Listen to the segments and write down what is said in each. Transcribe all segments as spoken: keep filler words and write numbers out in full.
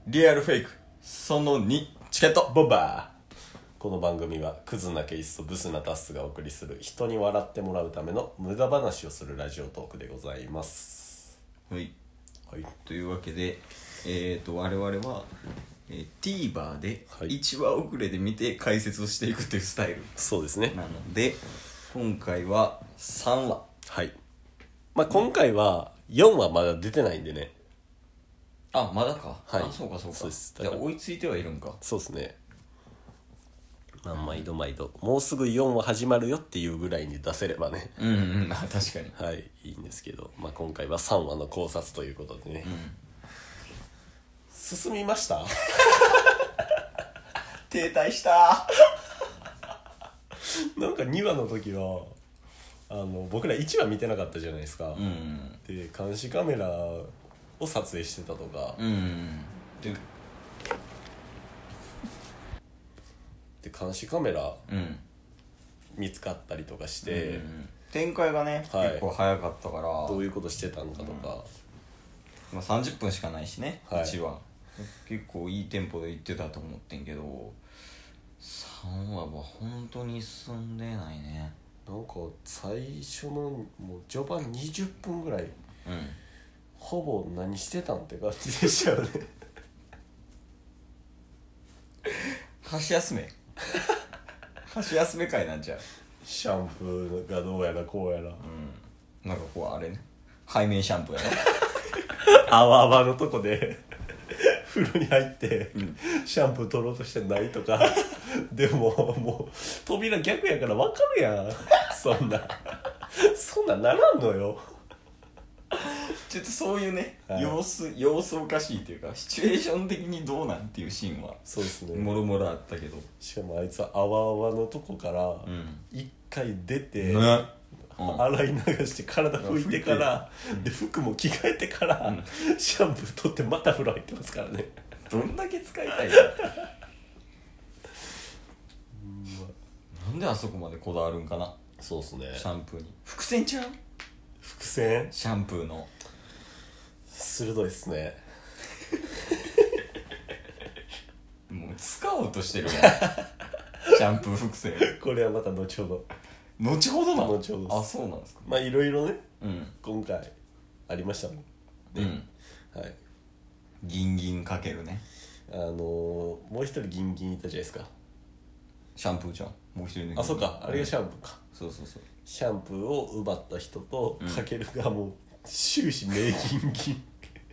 リアルフェイクそのにチケットボンバー。この番組はクズなケイスとブスなタッスがお送りする人に笑ってもらうための無駄話をするラジオトークでございます。 はい、 はい、 というわけでえーと我々は、えー、TVer ではいいちわ遅れで見て解説をしていくというスタイルそうですね。 なので今回はさんわ。 はい。まあ今回はよんわまだ出てないんでね。 あ、まだか。 はいあ、そうかそうか。 そうです。 じゃあ追いついてはいるんか。 そうですね。まあ毎度毎度もうすぐよんわ始まるよっていうぐらいに出せればね、 うんうん、あ、確かに。 はいいいんですけど、まあ今回はさんわの考察ということでね、 うん、 進みました。 停滞したなんかにわの時はあの僕らいちわ見てなかったじゃないですか、 うん、 で監視カメラを撮影してたとか、 うん、で、 で監視カメラうん、 見つかったりとかして、 うん、展開がね、 はい結構早かったからどういうことしてたんかとか、 まあ、さんじゅっぷんしかないしね、 はいいちわ結構いいテンポで行ってたと思ってんけどさんわは本当に進んでないね。 なんか最初のもう序盤にじゅっぷんぐらいうん、 ほぼ何してたんって感じでしたよね。 箸休め箸休め会なんちゃう。 シャンプーがどうやらこうやら、 うん、なんかこうあれね、背面シャンプーやろ泡泡のとこで風呂に入って、 うん、 シャンプー取ろうとしてないとかでももう扉逆やから分かるやん。そんなそんなならんのよ。 ちょっとそういうね、 はい様子様子おかしいというかシチュエーション的にどうなんっていうシーンはそうですね。 もろもろあったけど、 しかもあいつは泡々のとこからうん一回出て、 ね、うん洗い流して体拭いてから、 うん、 で服も着替えてから、うん、シャンプー取ってまた風呂入ってますからね。 どんだけ使いたいのなんであそこまでこだわるんかな。 そうっすね。 シャンプーに伏線ちゃう。 伏線シャンプーの鋭いっすね。 もう使おうとしてるやんシャンプー伏線これはまた後ほど後ほどなの。 後ほど。 あ、そうなんですか。 まあいろいろね、 うん、 今回ありましたもんね、 うん、 はい。 ギンギンかけるね。 あのー、もう一人ギンギンいたじゃないですか。 シャンプーちゃんもう一人の。 あ、そうか、あれがシャンプーか。 そうそうそう。 シャンプーを奪った人と、 うん、 かけるがもう終始名ギンギン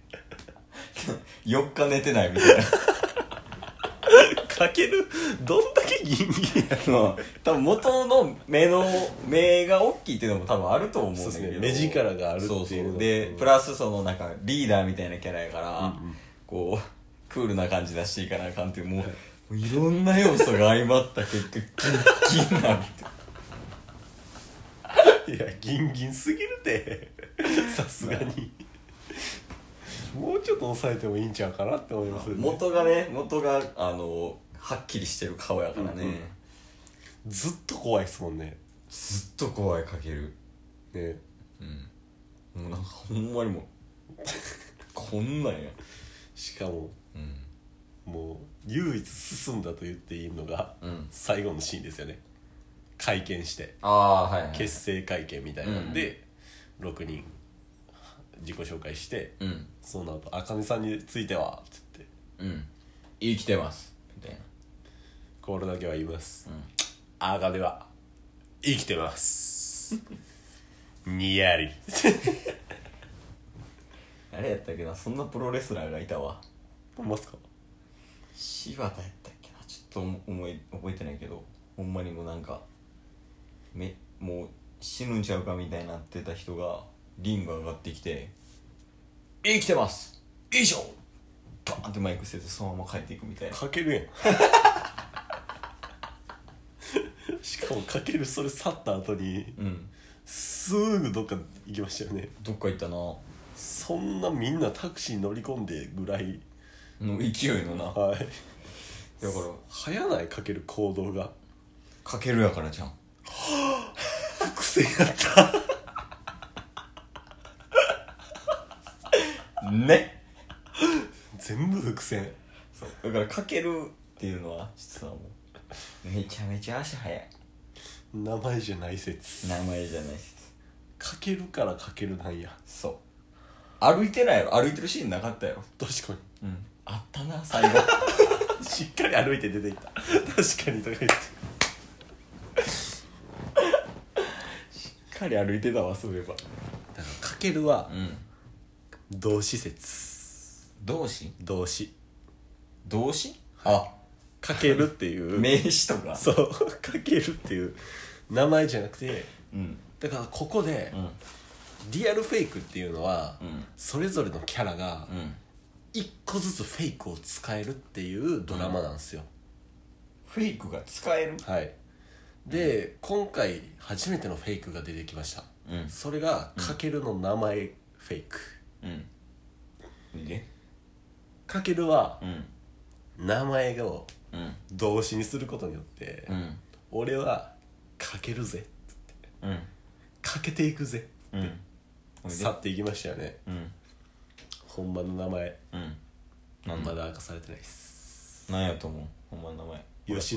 よっか寝てないみたいなかけるどんだけギンギンやろ。 多分元の目の目が大きいっていうのも多分あると思うんだけど、 そうですね、目力があるっていうの。 そうそうで、うん、プラスそのなんかリーダーみたいなキャラやから、うんうん、こうクールな感じ出していかなあかんっていう、もう、はい、もういろんな要素が相まった結果ギンギンになるっていやギンギンすぎるてさすがにもうちょっと抑えてもいいんちゃうかなって思いますよね。 元がね、元があのはっきりしてる顔やからね、うんうん、ずっと怖いっすもんね。 ずっと怖いかけるね。 うん、もうなんかほんまにもうこんなんや。 しかも、 うん、 もう唯一進んだと言っていいのが、 うん、 最後のシーンですよね。会見して、 あー、はいはい、 結成会見みたいなんで、 うん、 ろくにん自己紹介して、 うん、 その後あかねさんについてはって言って、うん、生きてますみたいな、 これだけは言います、 うん、 あかねは生きてますにやりあれやったっけな、そんなプロレスラーがいたわ。 ほんますか。 柴田やったっけな、ちょっと思い覚えてないけど、ほんまにもうなんかめもう死ぬんちゃうかみたいになってた人がリング上がってきて生きてます以上バーンってマイク捨ててそのまま帰っていくみたいな。 かけるやんしかもかけるそれ去った後に、 うん、 すぐどっか行きましたよね。 どっか行ったな。 そんなみんなタクシー乗り込んでぐらいの勢いのな。 はい。 だから早ないかける行動が。 かけるやからじゃん。 伏線やったね。 全部伏線。 そうだからかけるっていうのは実はもうめちゃめちゃ足速い。 名前じゃない説。 名前じゃない説。 かけるからかけるなんや。 そう歩いてないやろ。歩いてるシーンなかったやろ。 確かに。 うんあったな最後しっかり歩いて出ていった。確かにとか言ってしっかり歩いてたわそういえば。 だからかけるはうん動詞説。 動詞動詞動詞あかけるっていう名詞とかそうかけるっていう名前じゃなくて、 うんだからここで、 うんリアルフェイクっていうのは、 うんそれぞれのキャラがうん一個ずつフェイクを使えるっていうドラマなんですよ、 フェイクが使える。 はいで、うん、今回初めてのフェイクが出てきました、うん、それがかけるの名前フェイク。 うんでかけるは、 うん、 名前をうん動詞にすることによって、 うん、 俺はかけるぜって、うん、かけていくぜって、うん、去っていきましたよね、うん、ほんまの名前、うん、なんまだ明かされてないっす。 なんやと思うほんまの名前。 慶喜。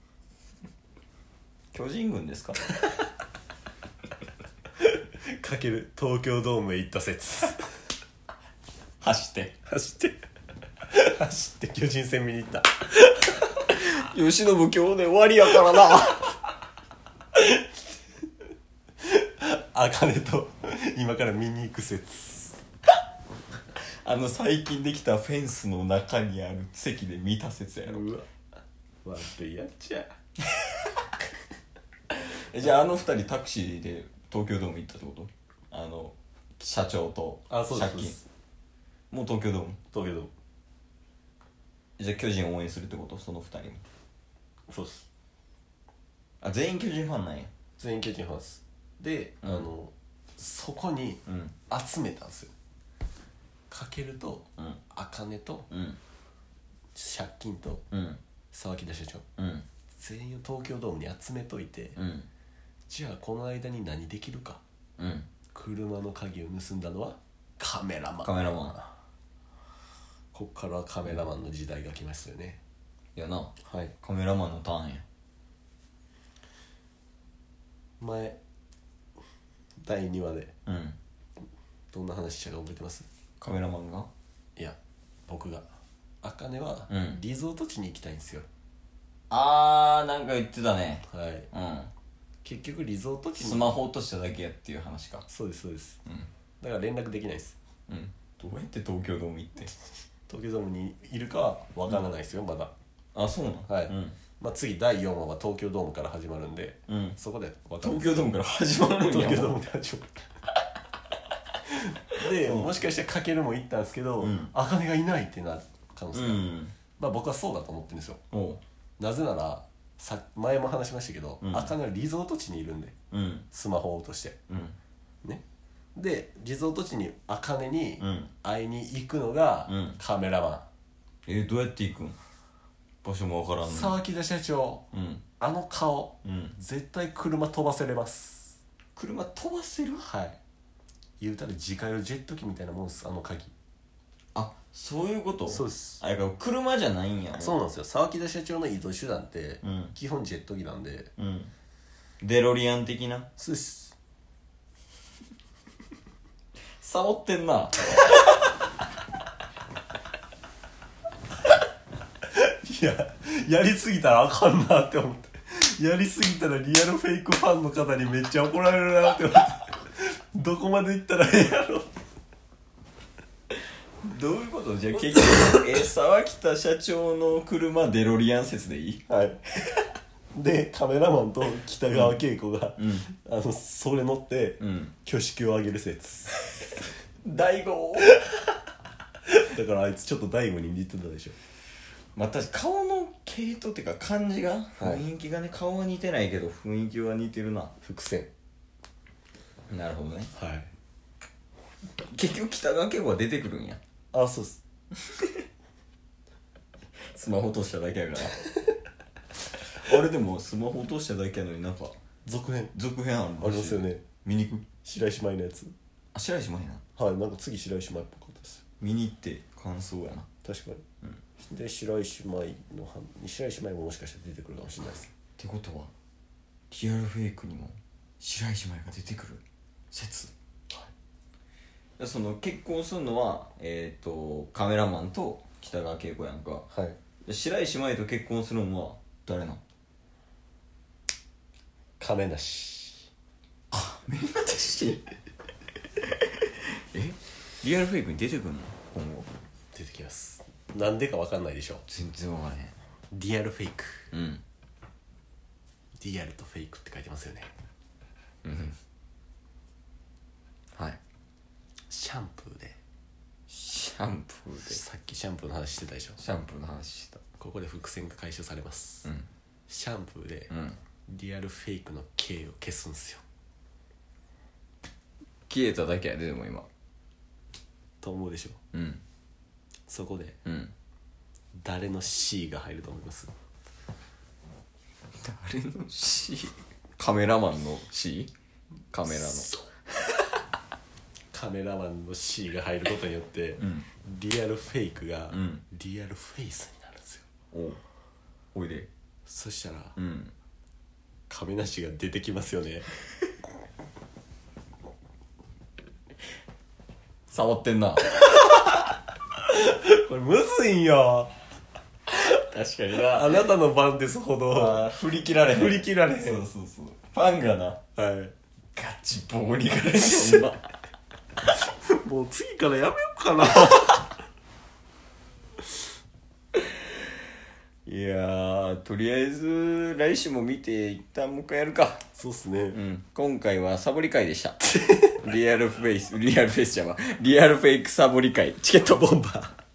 巨人軍ですかかける東京ドームへ行った説走って走って走って巨人戦見に行った慶喜今日で終わりやからなあかねと今から見に行く説あの最近できたフェンスの中にある席で見た説やろ。 うわ悪いやっちゃえじゃああの二人タクシーで東京ドーム行ったってこと？あの社長と借金。あ、そうです。もう東京ドーム東京ドームじゃあ巨人を応援するってこと？その二人も。 そうっす。 あ、全員巨人ファンなんや。 全員巨人ファンっす。で、うん、あのそこに集めたんですよ、かけるとあかねと、うん、借金と、うん、沢木田社長、うん、全員を東京ドームに集めといて、うん、じゃあこの間に何できるか、うん、車の鍵を盗んだのはカメラマン。 カメラマン。 こっからカメラマンの時代が来ましたよね。 いやな、 はい、 カメラマンのターンや。 前だいにわで、 うん、 どんな話したか覚えてます？ カメラマンが？ いや僕があかねはリゾート地に行きたいんですよ、うん、 あーなんか言ってたね。 はい、うん、結局リゾート地にスマホ落としただけやっていう話か。 そうですそうです、うん、だから連絡できないです、 うん、どうやって東京ドーム行って東京ドームにいるかは分からないですよ、うん、まだ。 あ、そうなの？ はい、うん、まあ、次だいよんわは東京ドームから始まるんで、うん、そこで分かる。 東京ドームから始まるんや。 東京ドームで始まるで、うん、もしかしてかけるも行ったんですけど、あかねがいないってなる可能性が、うん、まあ僕はそうだと思ってるんですよ。なぜならさ前も話しましたけど、あかねはリゾート地にいるんで、うん、スマホを落として、うん、ね。でリゾート地にあかねに会いに行くのがカメラマン、うん、 えー、どうやって行くん？場所もわからんのに。 沢木田社長、うん、あの顔、うん、絶対車飛ばせれます。 車飛ばせる？ はい、言うたら自家用ジェット機みたいなもんです、あの鍵。 あ、そういうこと？ そうです。 あれか車じゃないんや。 そうなんですよ。沢木田社長の移動手段って、うん、基本ジェット機なんで、うん、 デロリアン的な。 そうです。 サボってんな。 いや、やりすぎたらあかんなって思って、やりすぎたらリアルフェイクファンの方にめっちゃ怒られるなって思ってどこまでいったらええやろ。 どういうこと？じゃあ結局え沢北社長の車デロリアン説でいい？ はい。でカメラマンと北川景子が、うん、あのそれ乗って、うん、挙式を上げる説。 大悟だからあいつちょっと大悟に似てたでしょ。 まあ、確か顔の系統っていうか感じが、雰囲気がね、顔は似てないけど雰囲気は似てるな。 伏線。 なるほどね。 はい。 結局北川景子が出てくるんや。 あ、そうっす。 スマホ落としただけやからあれでもスマホ落としただけやのになんか続編続編あるありますよね。 見に行く？ 白石麻衣のやつ。 あ、白石麻衣な。 はい、なんか次白石麻衣っぽかったです。 見に行って感想やな。 確かに、うん、で白石麻衣の白石麻衣ももしかしたら出てくるかもしれないです。 ってことはリアルフェイクにも白石麻衣が出てくる説、はい、その結婚するのは、えー、とカメラマンと北川景子やんか、 はい、 白石麻衣と結婚するのは誰なの？ 亀梨。 あ、亀梨えリアルフェイクに出てくるの？今後出てきます。なんでか分かんないでしょ。 全然分からへん。 リアルフェイク、 うん、 リアルとフェイクって書いてますよね。 うん、はい。 シャンプーでシャンプーでさっきシャンプーの話してたでしょ。 シャンプーの話した。 ここで伏線が回収されます、 うん、 シャンプーで、うん、リアルフェイクの形を消すんすよ。 消えただけやで、でも今と思うでしょ。 うん。 そこで、 うん、 誰の C が入ると思います？ 誰の C？ カメラマンの C？ カメラのカメラマンの C が入ることによって、うん、リアルフェイクが、うん、リアルフェイスになるんですよ。 おおいで。 そしたら、 うん、 亀梨が出てきますよね。 触ってんな。 これむずいんよ。 確かにな。 あなたの番ですほど振り切られへん。 振り切られへん。 そうそうそう。ファンがな、 はい、 ガチボコにからしんな。 もう次からやめようかな。 いやー、とりあえず来週も見て一旦もう一回やるか。 そうっすね、うん、 今回はサボり会でした。リアルフェイスリアルフェイスじゃんわリアルフェイクサボり会チケットボンバー